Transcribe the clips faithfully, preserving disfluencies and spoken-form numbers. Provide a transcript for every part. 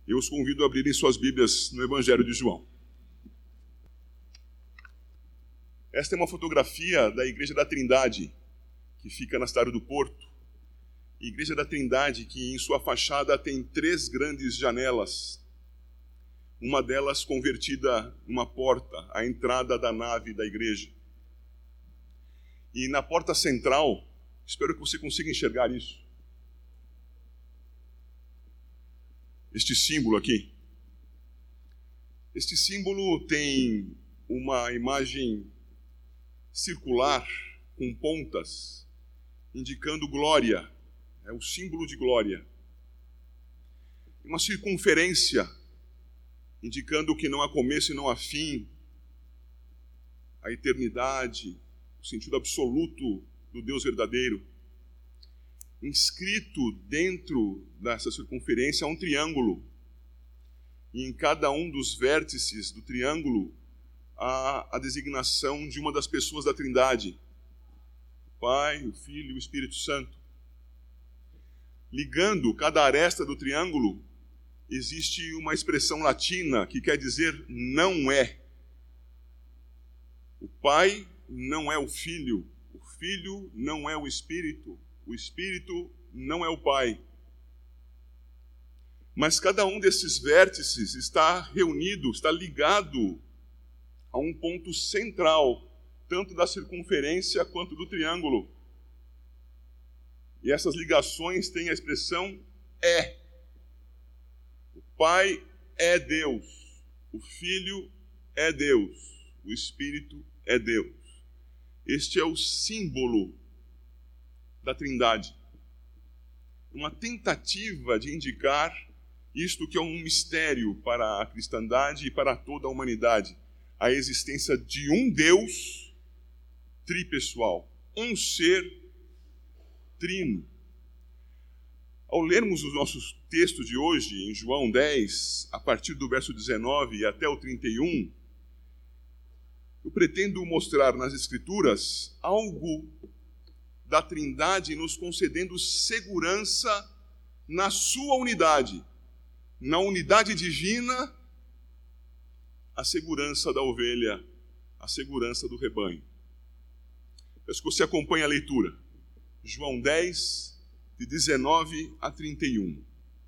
Eu os convido a abrirem suas Bíblias no Evangelho de João. Esta é uma fotografia da Igreja da Trindade, que fica na cidade do Porto. Igreja da Trindade, que em sua fachada tem três grandes janelas. Uma delas convertida numa porta, a entrada da nave da igreja. E na porta central, espero que você consiga enxergar isso. Este símbolo aqui. Este símbolo tem uma imagem circular com pontas, indicando glória. É o símbolo de glória. Uma circunferência, indicando que não há começo e não há fim, a eternidade, o sentido absoluto do Deus verdadeiro. Inscrito dentro dessa circunferência há um triângulo. E em cada um dos vértices do triângulo há a designação de uma das pessoas da Trindade. O Pai, o Filho e o Espírito Santo. Ligando cada aresta do triângulo, existe uma expressão latina que quer dizer não é. O Pai não é o Filho, o Filho não é o Espírito, o Espírito não é o Pai. Mas cada um desses vértices está reunido, está ligado a um ponto central, tanto da circunferência quanto do triângulo. E essas ligações têm a expressão é. O Pai é Deus, o Filho é Deus, o Espírito é Deus. Este é o símbolo da Trindade. Uma tentativa de indicar isto que é um mistério para a cristandade e para toda a humanidade. A existência de um Deus tripessoal, um ser trino. Ao lermos os nossos textos de hoje, em João dez, a partir do verso dezenove e até o trinta e um, eu pretendo mostrar nas Escrituras algo da Trindade nos concedendo segurança na sua unidade, na unidade divina, a segurança da ovelha, a segurança do rebanho. Peço que você acompanhe a leitura. João dez, de dezenove a trinta e um.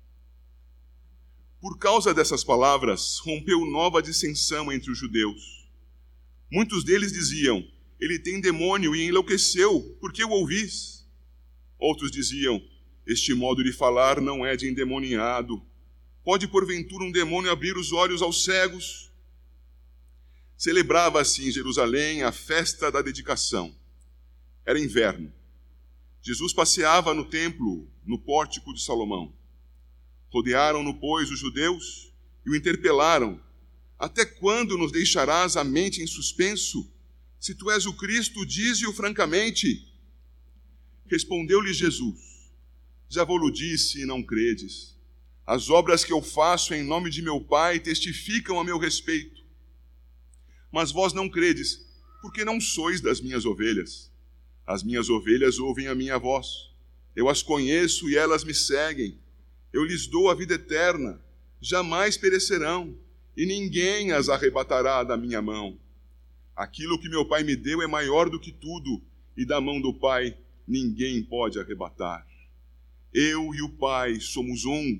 Por causa dessas palavras, rompeu nova dissensão entre os judeus. Muitos deles diziam: ele tem demônio e enlouqueceu, por que o ouvis? Outros diziam: este modo de falar não é de endemoniado. Pode porventura um demônio abrir os olhos aos cegos? Celebrava-se em Jerusalém a festa da dedicação. Era inverno. Jesus passeava no templo, no pórtico de Salomão. Rodearam-no, pois, os judeus e o interpelaram: até quando nos deixarás a mente em suspenso? Se tu és o Cristo, dize-o francamente. Respondeu-lhe Jesus: já vou-lo disse e não credes. As obras que eu faço em nome de meu Pai testificam a meu respeito. Mas vós não credes, porque não sois das minhas ovelhas. As minhas ovelhas ouvem a minha voz. Eu as conheço e elas me seguem. Eu lhes dou a vida eterna. Jamais perecerão, e ninguém as arrebatará da minha mão. Aquilo que meu Pai me deu é maior do que tudo, e da mão do Pai ninguém pode arrebatar. Eu e o Pai somos um.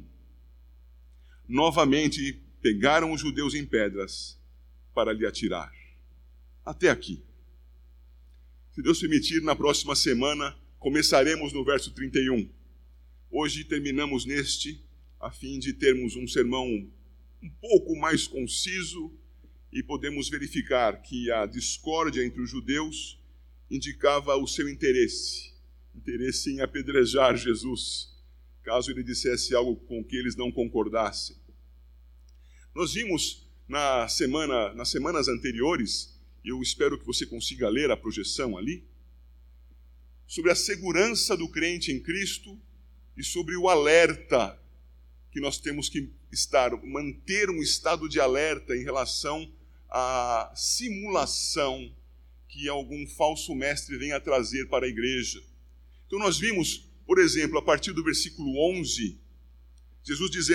Novamente pegaram os judeus em pedras para lhe atirar. Até aqui. Se Deus permitir, na próxima semana, começaremos no verso trinta e um. Hoje terminamos neste, a fim de termos um sermão um pouco mais conciso e podemos verificar que a discórdia entre os judeus indicava o seu interesse, interesse em apedrejar Jesus, caso ele dissesse algo com que eles não concordassem. Nós vimos na semana, nas semanas anteriores, e eu espero que você consiga ler a projeção ali, sobre a segurança do crente em Cristo e sobre o alerta que nós temos que estar, manter um estado de alerta em relação à simulação que algum falso mestre venha trazer para a igreja. Então nós vimos, por exemplo, a partir do versículo onze, Jesus dizendo: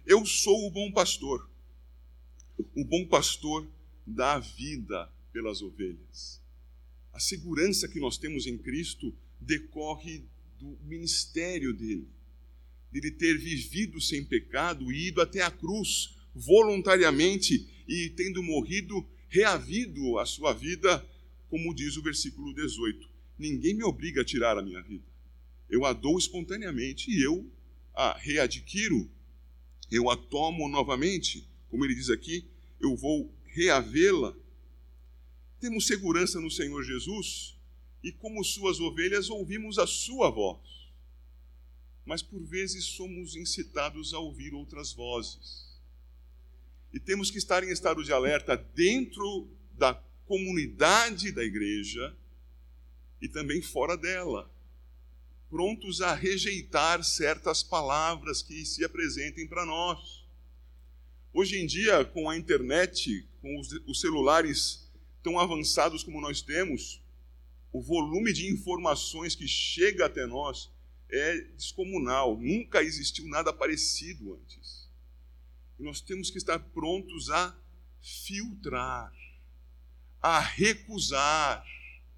Eu sou o bom pastor. O bom pastor dá a vida pelas ovelhas. A segurança que nós temos em Cristo decorre do ministério dele, dele ter vivido sem pecado e ido até a cruz voluntariamente e, tendo morrido, reavido a sua vida, como diz o versículo dezoito. Ninguém me obriga a tirar a minha vida. Eu a dou espontaneamente e eu a readquiro, eu a tomo novamente. Como ele diz aqui, eu vou reavê-la. Temos segurança no Senhor Jesus e, como suas ovelhas, ouvimos a sua voz. Mas, por vezes, somos incitados a ouvir outras vozes. E temos que estar em estado de alerta dentro da comunidade da igreja e também fora dela, prontos a rejeitar certas palavras que se apresentem para nós. Hoje em dia, com a internet, com os, os celulares tão avançados como nós temos, o volume de informações que chega até nós é descomunal. Nunca existiu nada parecido antes. E nós temos que estar prontos a filtrar, a recusar.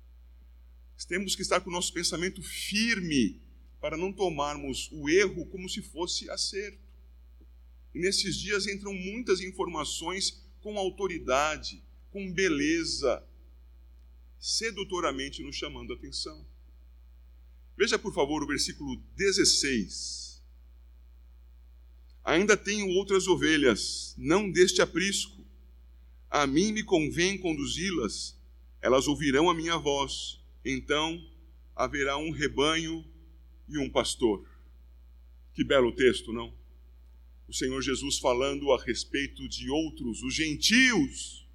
Temos que estar com o nosso pensamento firme para não tomarmos o erro como se fosse acerto. E nesses dias entram muitas informações com autoridade, com beleza, sedutoramente nos chamando a atenção. Veja, por favor, o versículo dezesseis. Ainda tenho outras ovelhas, não deste aprisco. A mim me convém conduzi-las, elas ouvirão a minha voz. Então haverá um rebanho e um pastor. Que belo texto, não? O Senhor Jesus falando a respeito de outros, os gentios.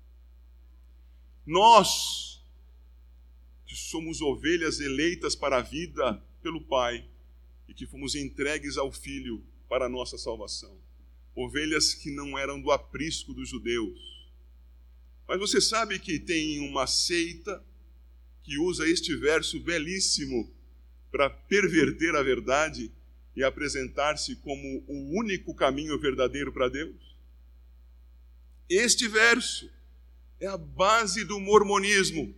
Nós, que somos ovelhas eleitas para a vida pelo Pai e que fomos entregues ao Filho para a nossa salvação. Ovelhas que não eram do aprisco dos judeus. Mas você sabe que tem uma seita que usa este verso belíssimo para perverter a verdade e apresentar-se como o único caminho verdadeiro para Deus? Este verso é a base do mormonismo.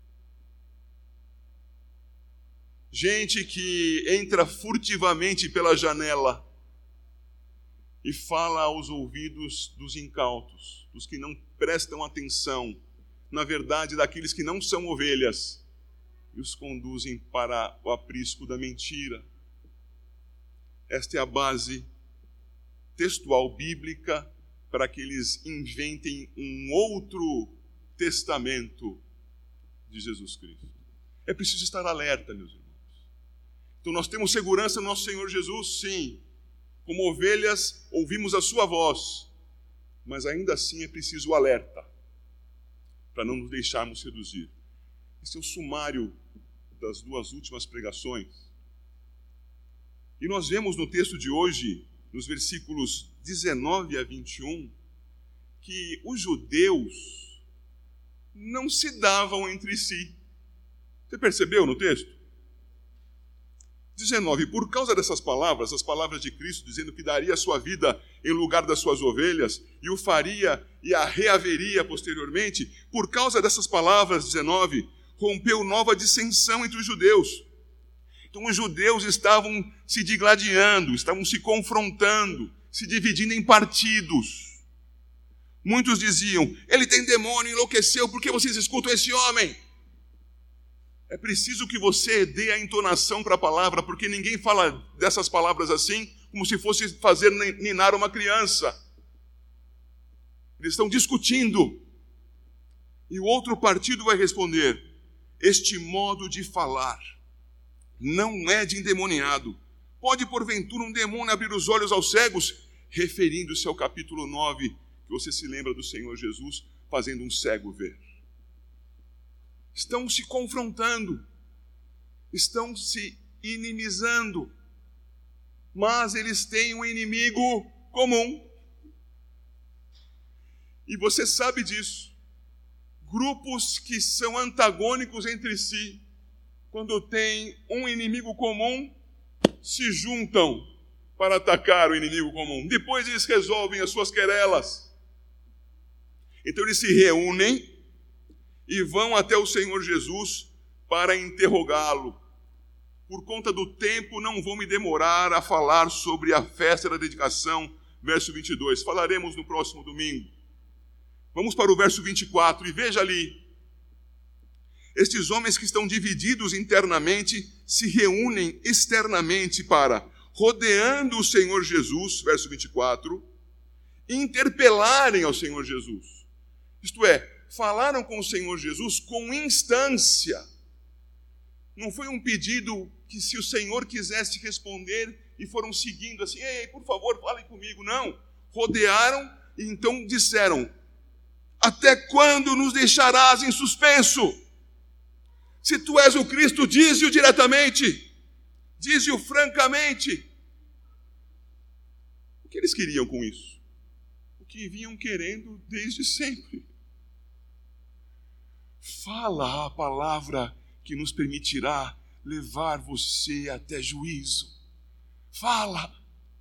Gente que entra furtivamente pela janela e fala aos ouvidos dos incautos, dos que não prestam atenção, na verdade, daqueles que não são ovelhas, e os conduzem para o aprisco da mentira. Esta é a base textual bíblica para que eles inventem um outro testamento de Jesus Cristo. É preciso estar alerta, meus irmãos. Então nós temos segurança no nosso Senhor Jesus, sim. Como ovelhas, ouvimos a sua voz, mas ainda assim é preciso o alerta, para não nos deixarmos seduzir. Esse é o sumário das duas últimas pregações. E nós vemos no texto de hoje, nos versículos dezenove a vinte e um, que os judeus não se davam entre si. Você percebeu no texto? dezenove, por causa dessas palavras, as palavras de Cristo, dizendo que daria a sua vida em lugar das suas ovelhas, e o faria e a reaveria posteriormente, por causa dessas palavras, dezenove, rompeu nova dissensão entre os judeus. Então os judeus estavam se digladiando, estavam se confrontando, se dividindo em partidos. Muitos diziam, ele tem demônio, enlouqueceu, por que vocês escutam esse homem? É preciso que você dê a entonação para a palavra, porque ninguém fala dessas palavras assim, como se fosse fazer ninar uma criança. Eles estão discutindo. E o outro partido vai responder, este modo de falar não é de endemoniado. Pode, porventura, um demônio abrir os olhos aos cegos? Referindo-se ao capítulo nove, que você se lembra do Senhor Jesus fazendo um cego ver. Estão se confrontando, estão se inimizando, mas eles têm um inimigo comum. E você sabe disso. Grupos que são antagônicos entre si, quando têm um inimigo comum, se juntam para atacar o inimigo comum. Depois eles resolvem as suas querelas. Então eles se reúnem e vão até o Senhor Jesus para interrogá-lo. Por conta do tempo, não vou me demorar a falar sobre a festa da dedicação, verso vinte e dois. Falaremos no próximo domingo. Vamos para o verso vinte e quatro e veja ali. Estes homens que estão divididos internamente se reúnem externamente para, rodeando o Senhor Jesus, verso vinte e quatro, interpelarem ao Senhor Jesus. Isto é, falaram com o Senhor Jesus com instância. Não foi um pedido que, se o Senhor quisesse responder, e foram seguindo assim, ei, por favor, fale comigo. Não, rodearam e então disseram, até quando nos deixarás em suspenso? Se tu és o Cristo, dize-o diretamente, dize-o francamente. O que eles queriam com isso? O que vinham querendo desde sempre. Fala a palavra que nos permitirá levar você até juízo. Fala.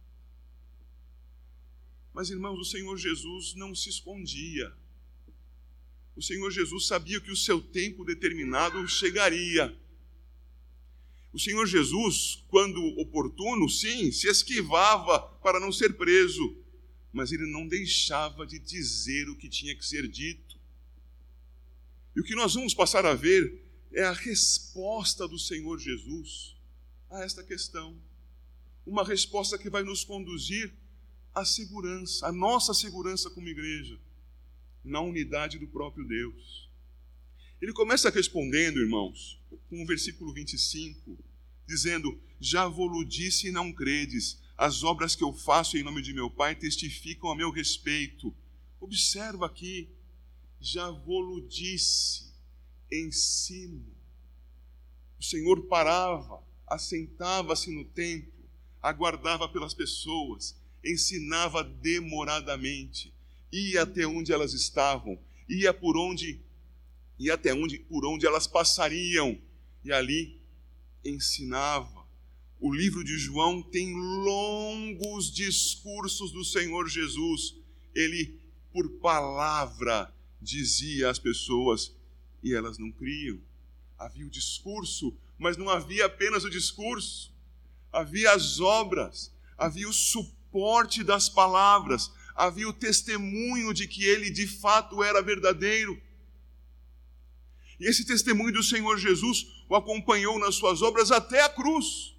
Mas, irmãos, o Senhor Jesus não se escondia. O Senhor Jesus sabia que o seu tempo determinado chegaria. O Senhor Jesus, quando oportuno, sim, se esquivava para não ser preso, mas ele não deixava de dizer o que tinha que ser dito. E o que nós vamos passar a ver é a resposta do Senhor Jesus a esta questão. Uma resposta que vai nos conduzir à segurança, à nossa segurança como igreja, na unidade do próprio Deus. Ele começa respondendo, irmãos, com o versículo vinte e cinco, dizendo, já vou-lo disse e não credes, as obras que eu faço em nome de meu Pai testificam a meu respeito. Observa aqui, já vou-lo disse, ensino. O Senhor parava, assentava-se no templo, aguardava pelas pessoas, ensinava demoradamente, ia até onde elas estavam, ia por onde, ia até onde, por onde elas passariam, e ali ensinava. O livro de João tem longos discursos do Senhor Jesus. Ele, por palavra, dizia às pessoas, e elas não criam. Havia o discurso, mas não havia apenas o discurso. Havia as obras, havia o suporte das palavras, havia o testemunho de que ele de fato era verdadeiro. E esse testemunho do Senhor Jesus o acompanhou nas suas obras até a cruz.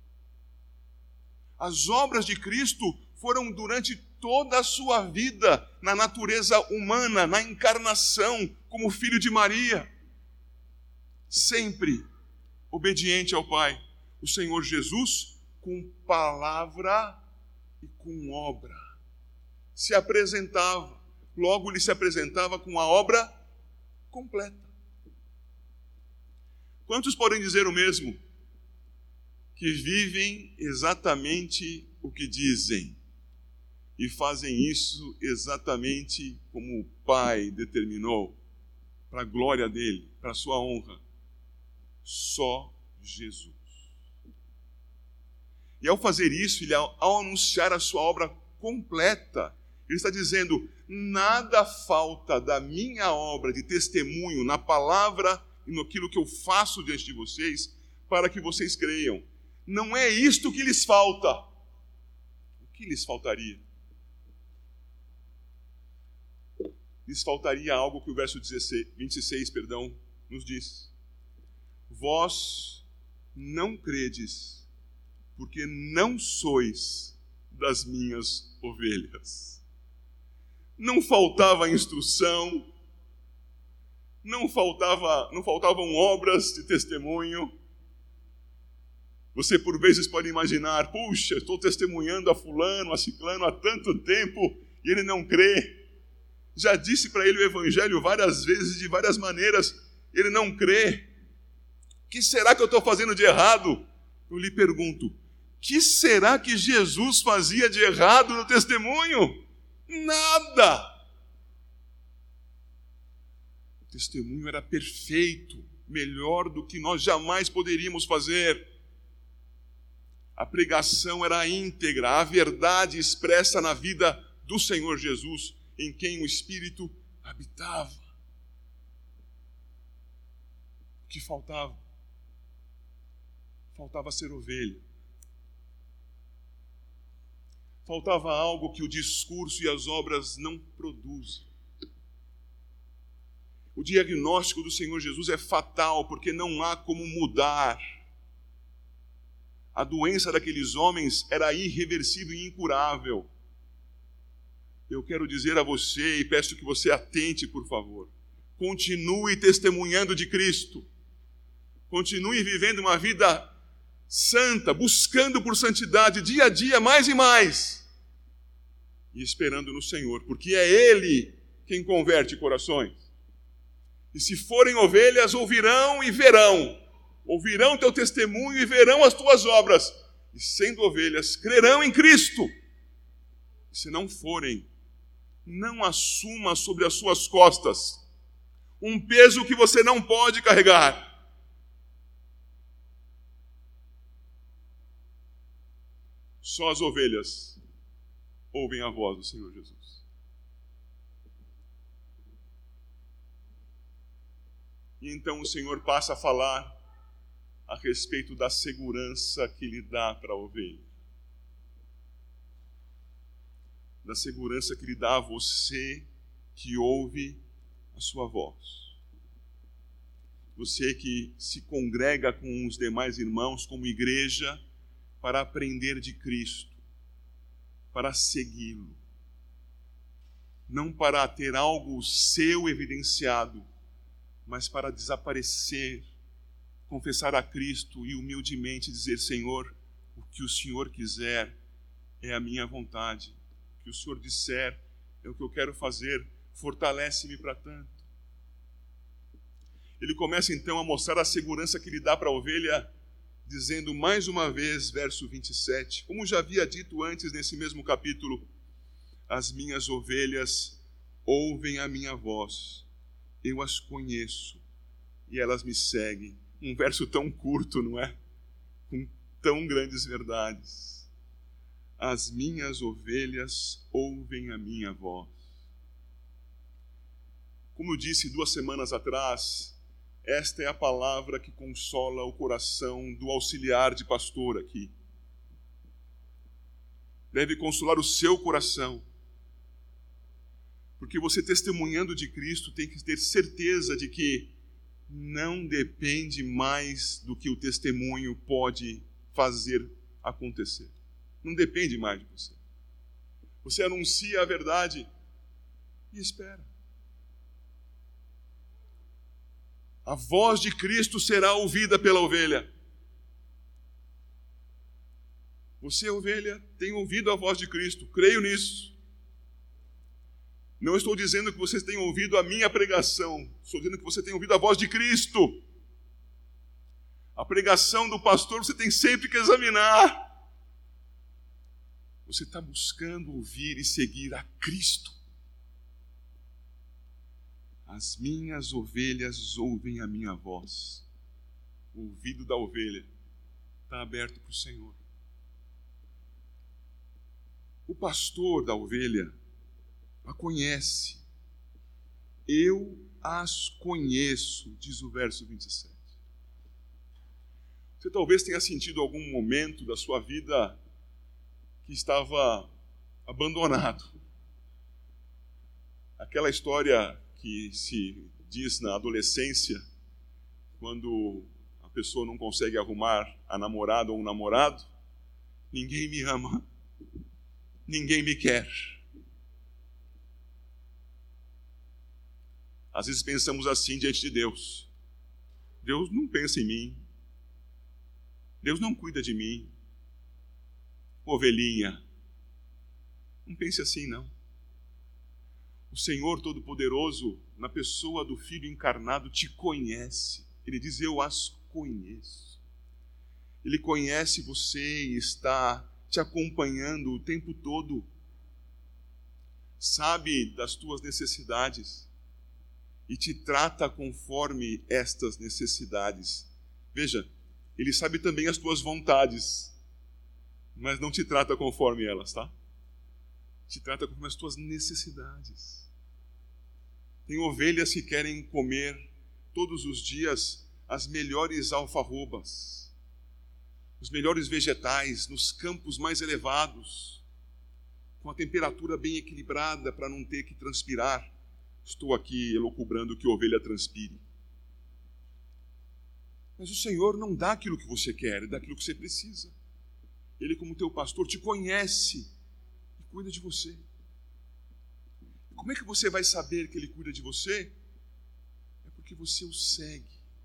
As obras de Cristo foram durante toda a sua vida na natureza humana, na encarnação, como filho de Maria. Sempre obediente ao Pai. O Senhor Jesus, com palavra e com obra, se apresentava. Logo, ele se apresentava com a obra completa. Quantos podem dizer o mesmo? Que vivem exatamente o que dizem e fazem isso exatamente como o Pai determinou, para a glória dele, para a sua honra. Só Jesus. E ao fazer isso, ele, ao, ao anunciar a sua obra completa, ele está dizendo, nada falta da minha obra de testemunho na palavra e naquilo que eu faço diante de vocês, para que vocês creiam. Não é isto que lhes falta. O que lhes faltaria? Lhes faltaria algo que o verso dezesseis, vinte e seis perdão, nos diz. Vós não credes, porque não sois das minhas ovelhas. Não faltava instrução, não faltava, não faltavam obras de testemunho. Você por vezes pode imaginar, puxa, estou testemunhando a fulano, a ciclano há tanto tempo e ele não crê. Já disse para ele o evangelho várias vezes, de várias maneiras, ele não crê. O que será que eu estou fazendo de errado? Eu lhe pergunto, o que será que Jesus fazia de errado no testemunho? Nada! O testemunho era perfeito, melhor do que nós jamais poderíamos fazer. A pregação era íntegra, a verdade expressa na vida do Senhor Jesus, em quem o Espírito habitava. O que faltava? Faltava ser ovelha. Faltava algo que o discurso e as obras não produzem. O diagnóstico do Senhor Jesus é fatal, porque não há como mudar. A doença daqueles homens era irreversível e incurável. Eu quero dizer a você, e peço que você atente, por favor, continue testemunhando de Cristo. Continue vivendo uma vida santa, buscando por santidade dia a dia, mais e mais. E esperando no Senhor, porque é Ele quem converte corações. E se forem ovelhas, ouvirão e verão. Ouvirão teu testemunho e verão as tuas obras. E sendo ovelhas, crerão em Cristo. E se não forem, não assuma sobre as suas costas um peso que você não pode carregar. Só as ovelhas ouvem a voz do Senhor Jesus. E então o Senhor passa a falar a respeito da segurança que Ele dá para a ovelha. Da segurança que Ele dá a você que ouve a sua voz. Você que se congrega com os demais irmãos como igreja para aprender de Cristo, para segui-lo. Não para ter algo seu evidenciado, mas para desaparecer, confessar a Cristo e humildemente dizer: Senhor, o que o Senhor quiser é a minha vontade. O que o Senhor disser é o que eu quero fazer. Fortalece-me para tanto. Ele começa então a mostrar a segurança que Ele dá para a ovelha, dizendo mais uma vez, verso vinte e sete, como já havia dito antes nesse mesmo capítulo: as minhas ovelhas ouvem a minha voz, eu as conheço e elas me seguem. Um verso tão curto, não é? Com tão grandes verdades. As minhas ovelhas ouvem a minha voz. Como eu disse duas semanas atrás, esta é a palavra que consola o coração do auxiliar de pastor aqui. Deve consolar o seu coração. Porque você, testemunhando de Cristo, tem que ter certeza de que não depende mais do que o testemunho pode fazer acontecer. Não depende mais de você. Você anuncia a verdade e espera. A voz de Cristo será ouvida pela ovelha. Você, ovelha, tem ouvido a voz de Cristo. Creio nisso. Não estou dizendo que vocês tenham ouvido a minha pregação. Estou dizendo que você tem ouvido a voz de Cristo. A pregação do pastor você tem sempre que examinar. Você está buscando ouvir e seguir a Cristo. As minhas ovelhas ouvem a minha voz. O ouvido da ovelha está aberto para o Senhor. O pastor da ovelha a conhece. Eu as conheço, diz o verso vinte e sete. Você talvez tenha sentido algum momento da sua vida que estava abandonado. Aquela história que se diz na adolescência, quando a pessoa não consegue arrumar a namorada ou um namorado: ninguém me ama, ninguém me quer. Às vezes pensamos assim diante de Deus: Deus não pensa em mim, Deus não cuida de mim, ovelhinha. Não pense assim, não. O Senhor Todo-Poderoso, na pessoa do Filho encarnado, te conhece. Ele diz: eu as conheço. Ele conhece você e está te acompanhando o tempo todo. Sabe das tuas necessidades e te trata conforme estas necessidades. Veja, Ele sabe também as tuas vontades. mas não te trata conforme elas, tá? Te trata conforme as tuas necessidades. Tem ovelhas que querem comer todos os dias as melhores alfarrobas, os melhores vegetais, nos campos mais elevados, com a temperatura bem equilibrada para não ter que transpirar. Estou aqui elucubrando que a ovelha transpire. Mas o Senhor não dá aquilo que você quer, dá aquilo que você precisa. Ele, como teu pastor, te conhece e cuida de você. Como é que você vai saber que Ele cuida de você? É porque você o segue.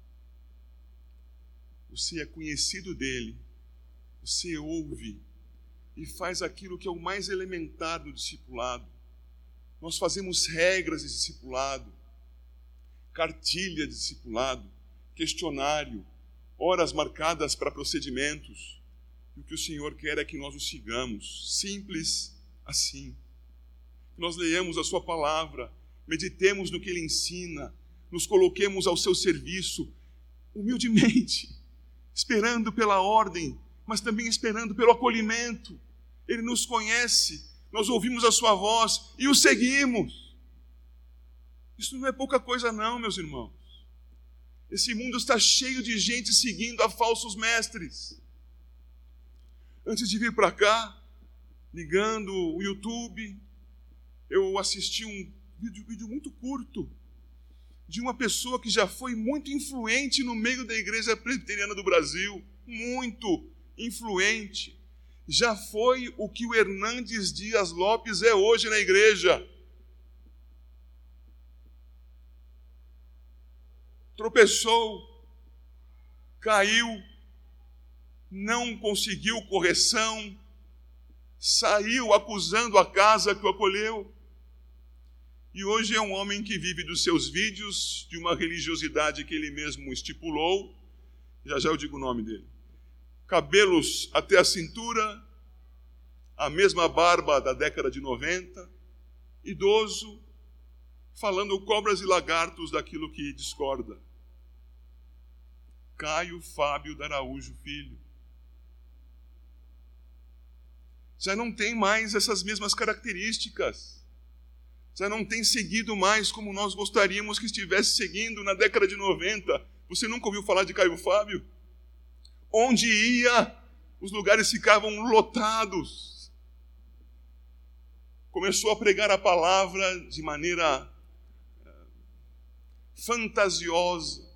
Você é conhecido dEle. Você ouve e faz aquilo que é o mais elementar do discipulado. Nós fazemos regras de discipulado, cartilha de discipulado, questionário, horas marcadas para procedimentos. E o que o Senhor quer é que nós o sigamos, simples assim. Que nós leiamos a sua palavra, meditemos no que Ele ensina, nos coloquemos ao seu serviço, humildemente, esperando pela ordem, mas também esperando pelo acolhimento. Ele nos conhece, nós ouvimos a sua voz e o seguimos. Isso não é pouca coisa não, meus irmãos. Esse mundo está cheio de gente seguindo a falsos mestres. Antes de vir para cá, ligando o YouTube, eu assisti um vídeo, vídeo muito curto de uma pessoa que já foi muito influente no meio da Igreja Presbiteriana do Brasil. Muito influente. Já foi o que o Hernandes Dias Lopes é hoje na igreja. Tropeçou, caiu, não conseguiu correção, saiu acusando a casa que o acolheu. E hoje é um homem que vive dos seus vídeos, de uma religiosidade que ele mesmo estipulou. Já já eu digo o nome dele. Cabelos até a cintura, a mesma barba da década de noventa, idoso, falando cobras e lagartos daquilo que discorda. Caio Fábio de Araújo Filho. Já não tem mais essas mesmas características. Já não tem seguido mais como nós gostaríamos que estivesse seguindo na década de noventa. Você nunca ouviu falar de Caio Fábio? Onde ia, os lugares ficavam lotados. Começou a pregar a palavra de maneira fantasiosa.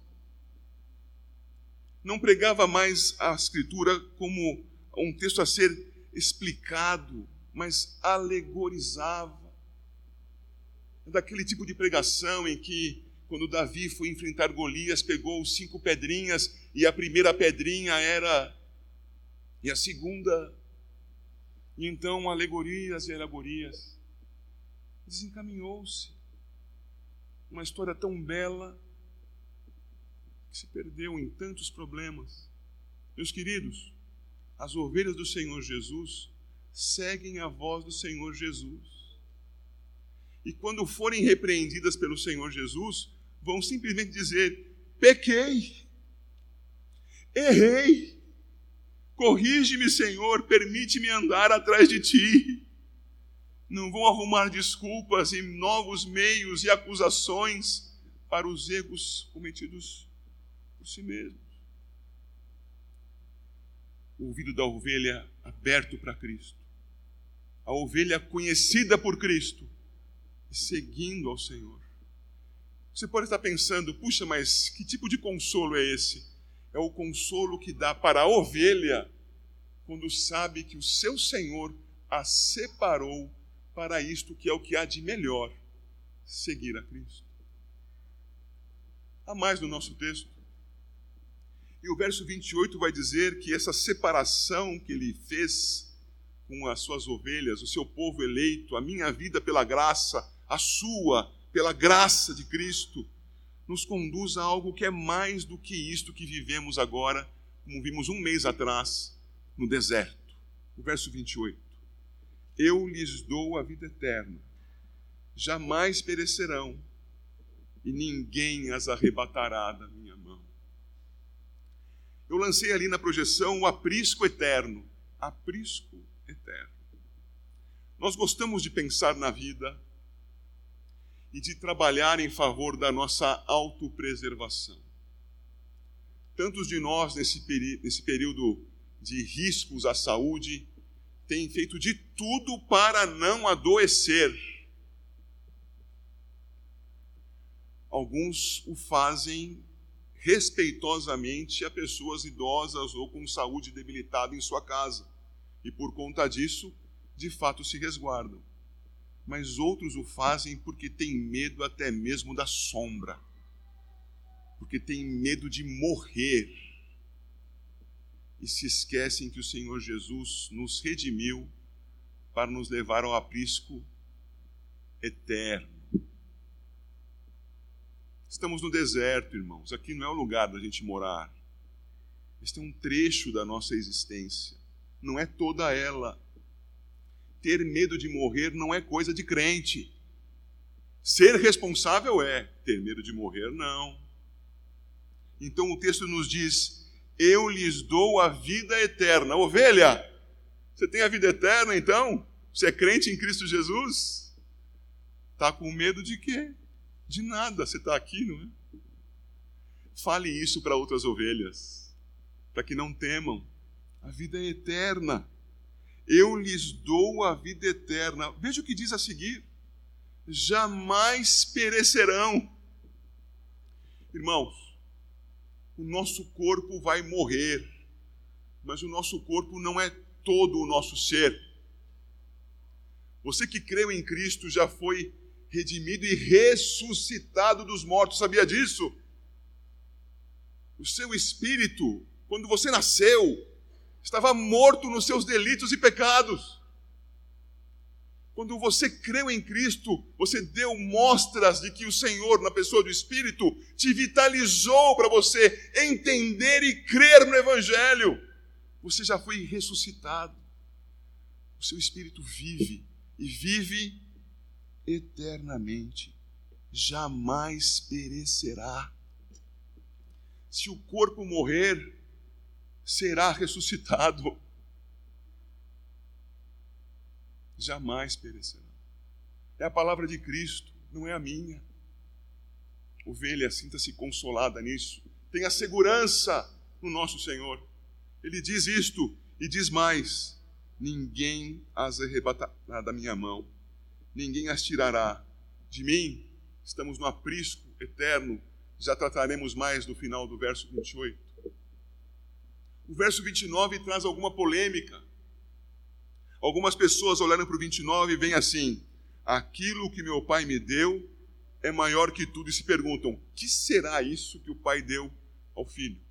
Não pregava mais a Escritura como um texto a ser explicado, mas alegorizava. É daquele tipo de pregação em que, quando Davi foi enfrentar Golias, pegou cinco pedrinhas, e a primeira pedrinha era, e a segunda, e então alegorias e alegorias. Desencaminhou-se. Uma história tão bela que se perdeu em tantos problemas. Meus queridos, as ovelhas do Senhor Jesus seguem a voz do Senhor Jesus. E quando forem repreendidas pelo Senhor Jesus, vão simplesmente dizer: pequei, errei, corrige-me, Senhor, permite-me andar atrás de Ti. Não vão arrumar desculpas e novos meios e acusações para os erros cometidos por si mesmos. O ouvido da ovelha aberto para Cristo. A ovelha conhecida por Cristo e seguindo ao Senhor. Você pode estar pensando: puxa, mas que tipo de consolo é esse? É o consolo que dá para a ovelha quando sabe que o seu Senhor a separou para isto que é o que há de melhor, seguir a Cristo. Há mais no nosso texto. E o verso vinte e oito vai dizer que essa separação que Ele fez com as suas ovelhas, o seu povo eleito, a minha vida pela graça, a sua pela graça de Cristo, nos conduz a algo que é mais do que isto que vivemos agora, como vimos um mês atrás, no deserto. O verso vinte e oito. Eu lhes dou a vida eterna, jamais perecerão, e ninguém as arrebatará da minha mão. Eu lancei ali na projeção o aprisco eterno. aprisco eterno. Nós gostamos de pensar na vida e de trabalhar em favor da nossa autopreservação. Tantos de nós, nesse, peri- nesse período de riscos à saúde, têm feito de tudo para não adoecer. Alguns o fazem respeitosamente a pessoas idosas ou com saúde debilitada em sua casa. E por conta disso, de fato se resguardam. Mas outros o fazem porque têm medo até mesmo da sombra. Porque têm medo de morrer. E se esquecem que o Senhor Jesus nos redimiu para nos levar ao aprisco eterno. Estamos no deserto, irmãos. Aqui não é o lugar da gente morar. Este é um trecho da nossa existência. Não é toda ela. Ter medo de morrer não é coisa de crente. Ser responsável é. Ter medo de morrer, não. Então o texto nos diz: eu lhes dou a vida eterna. Ovelha, você tem a vida eterna então? Você é crente em Cristo Jesus? Está com medo de quê? De nada, você está aqui, não é? Fale isso para outras ovelhas, para que não temam. A vida é eterna. Eu lhes dou a vida eterna. Veja o que diz a seguir: jamais perecerão. Irmãos, o nosso corpo vai morrer, mas o nosso corpo não é todo o nosso ser. Você que creu em Cristo já foi redimido e ressuscitado dos mortos, sabia disso? O seu espírito, quando você nasceu, estava morto nos seus delitos e pecados. Quando você creu em Cristo, você deu mostras de que o Senhor, na pessoa do Espírito, te vitalizou para você entender e crer no Evangelho. Você já foi ressuscitado. O seu Espírito vive e vive eternamente. Jamais perecerá. Se o corpo morrer, será ressuscitado. Jamais perecerá. É a palavra de Cristo, não é a minha. Ovelha, sinta-se consolada nisso. Tenha segurança no nosso Senhor. Ele diz isto e diz mais: ninguém as arrebatará da minha mão, ninguém as tirará de mim. Estamos no aprisco eterno. Já trataremos mais no final do verso vinte e oito. O verso vinte e nove traz alguma polêmica. Algumas pessoas olhando para o vinte e nove e veem assim: aquilo que meu pai me deu é maior que tudo, e se perguntam: que será isso que o pai deu ao filho?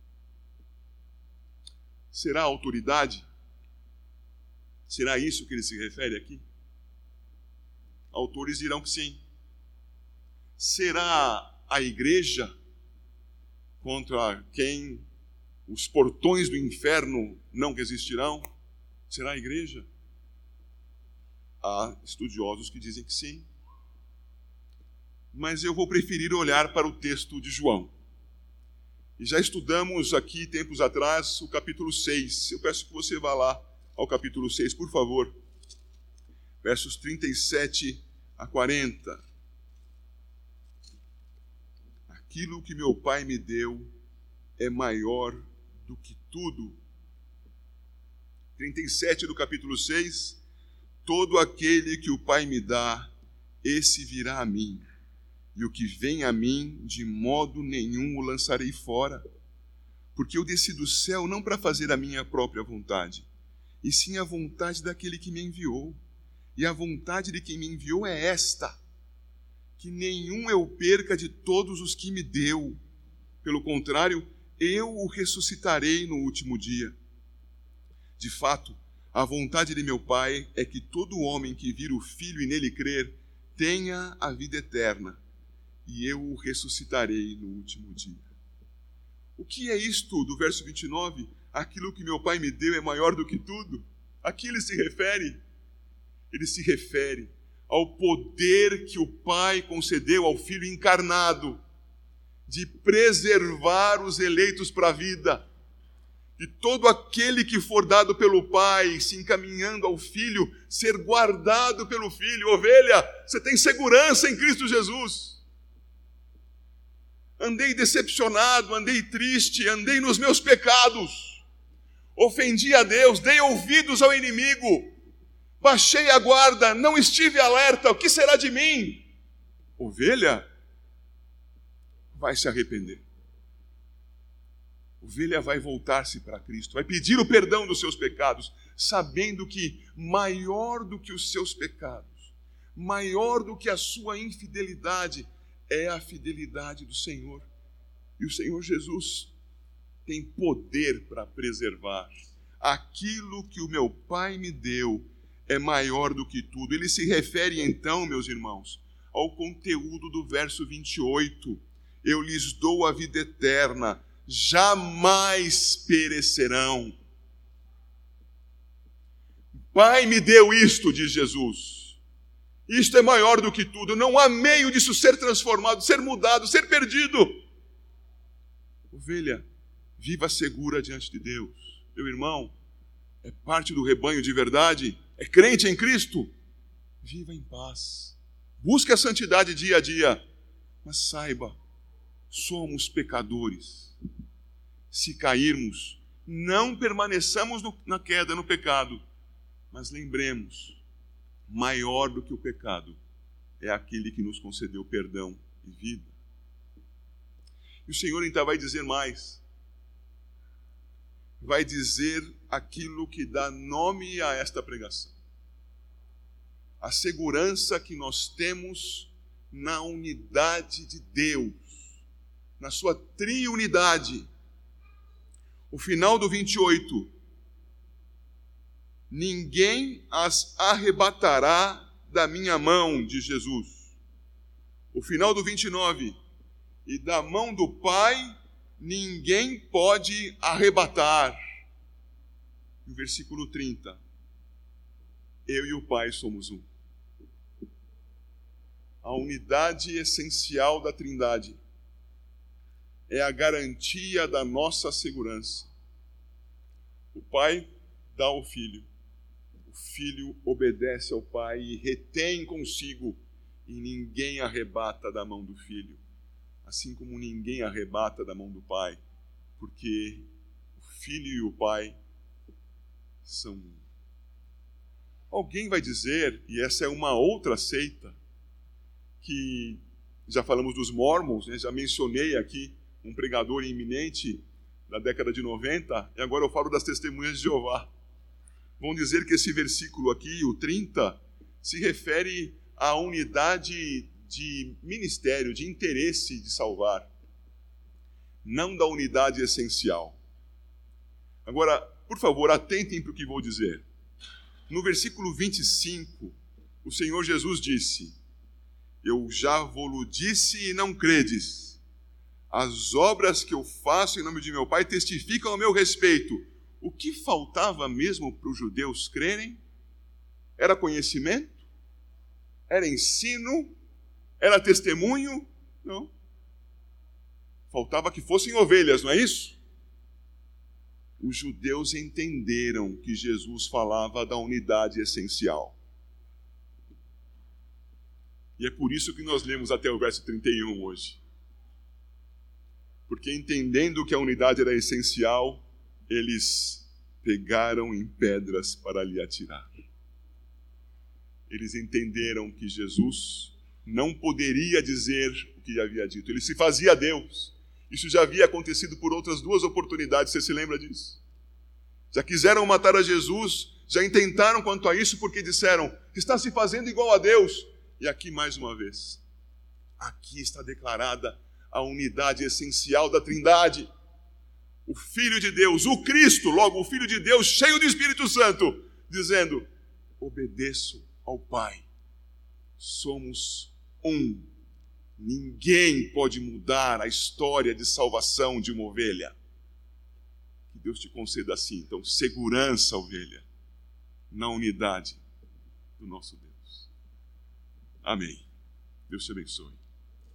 Será a autoridade? Será isso que ele se refere aqui? Autores dirão que sim. Será a igreja contra quem os portões do inferno não resistirão? Será a igreja? Há estudiosos que dizem que sim. Mas eu vou preferir olhar para o texto de João. E já estudamos aqui, tempos atrás, o capítulo seis. Eu peço que você vá lá ao capítulo seis, por favor. Versos trinta e sete a quarenta. Aquilo que meu pai me deu é maior do que tudo. trinta e sete do capítulo seis. Todo aquele que o Pai me dá, esse virá a mim. E o que vem a mim, de modo nenhum o lançarei fora. Porque eu desci do céu não para fazer a minha própria vontade, e sim a vontade daquele que me enviou. E a vontade de quem me enviou é esta: que nenhum eu perca de todos os que me deu. Pelo contrário, eu o ressuscitarei no último dia. De fato, a vontade de meu Pai é que todo homem que vir o Filho e nele crer tenha a vida eterna, e eu o ressuscitarei no último dia. O que é isto do verso vinte e nove? Aquilo que meu Pai me deu é maior do que tudo? A que ele se refere? Ele se refere ao poder que o Pai concedeu ao Filho encarnado de preservar os eleitos para a vida, E todo aquele que for dado pelo Pai, se encaminhando ao Filho, ser guardado pelo Filho. Ovelha, você tem segurança em Cristo Jesus. Andei decepcionado, andei triste, andei nos meus pecados. Ofendi a Deus, dei ouvidos ao inimigo. Baixei a guarda, não estive alerta, o que será de mim? Ovelha, vai se arrepender. Ovelha vai voltar-se para Cristo, vai pedir o perdão dos seus pecados, sabendo que maior do que os seus pecados, maior do que a sua infidelidade, é a fidelidade do Senhor. E o Senhor Jesus tem poder para preservar. Aquilo que o meu Pai me deu é maior do que tudo. Ele se refere então, meus irmãos, ao conteúdo do verso vinte e oito. Eu lhes dou a vida eterna, jamais perecerão. Pai me deu isto, diz Jesus. Isto é maior do que tudo. Não há meio disso ser transformado, ser mudado, ser perdido. Ovelha, viva segura diante de Deus. Meu irmão, é parte do rebanho de verdade, é crente em Cristo. Viva em paz. Busque a santidade dia a dia. Mas saiba, somos pecadores. Se cairmos, não permaneçamos no, na queda, no pecado, mas lembremos, maior do que o pecado é aquele que nos concedeu perdão e vida. E o Senhor então vai dizer mais. Vai dizer aquilo que dá nome a esta pregação. A segurança que nós temos na unidade de Deus, na sua triunidade. O final do vinte e oito. Ninguém as arrebatará da minha mão, diz Jesus. O final do vinte e nove. E da mão do Pai, ninguém pode arrebatar. No versículo trinta. Eu e o Pai somos um. A unidade essencial da Trindade é a garantia da nossa segurança. O Pai dá ao Filho. O Filho obedece ao Pai e retém consigo, e ninguém arrebata da mão do Filho, assim como ninguém arrebata da mão do Pai, porque o Filho e o Pai são um. Alguém vai dizer, e essa é uma outra seita, que já falamos dos Mormons, né? Já mencionei aqui um pregador iminente da década de noventa, e agora eu falo das Testemunhas de Jeová. Vão dizer que esse versículo aqui, o trinta, se refere à unidade de ministério, de interesse de salvar, não da unidade essencial. Agora, por favor, atentem para o que vou dizer. No versículo vinte e cinco, o Senhor Jesus disse: eu já vos disse e não credes. As obras que eu faço em nome de meu Pai testificam ao meu respeito. O que faltava mesmo para os judeus crerem? Era conhecimento? Era ensino? Era testemunho? Não. Faltava que fossem ovelhas, não é isso? Os judeus entenderam que Jesus falava da unidade essencial. E é por isso que nós lemos até o verso trinta e um hoje. Porque entendendo que a unidade era essencial, eles pegaram em pedras para lhe atirar. Eles entenderam que Jesus não poderia dizer o que havia dito. Ele se fazia Deus. Isso já havia acontecido por outras duas oportunidades, você se lembra disso? Já quiseram matar a Jesus, já intentaram quanto a isso porque disseram, está se fazendo igual a Deus. E aqui mais uma vez, aqui está declarada a unidade essencial da Trindade. O Filho de Deus, o Cristo, logo o Filho de Deus, cheio do Espírito Santo, dizendo, obedeço ao Pai. Somos um. Ninguém pode mudar a história de salvação de uma ovelha. Que Deus te conceda assim, então, segurança, ovelha, na unidade do nosso Deus. Amém. Deus te abençoe.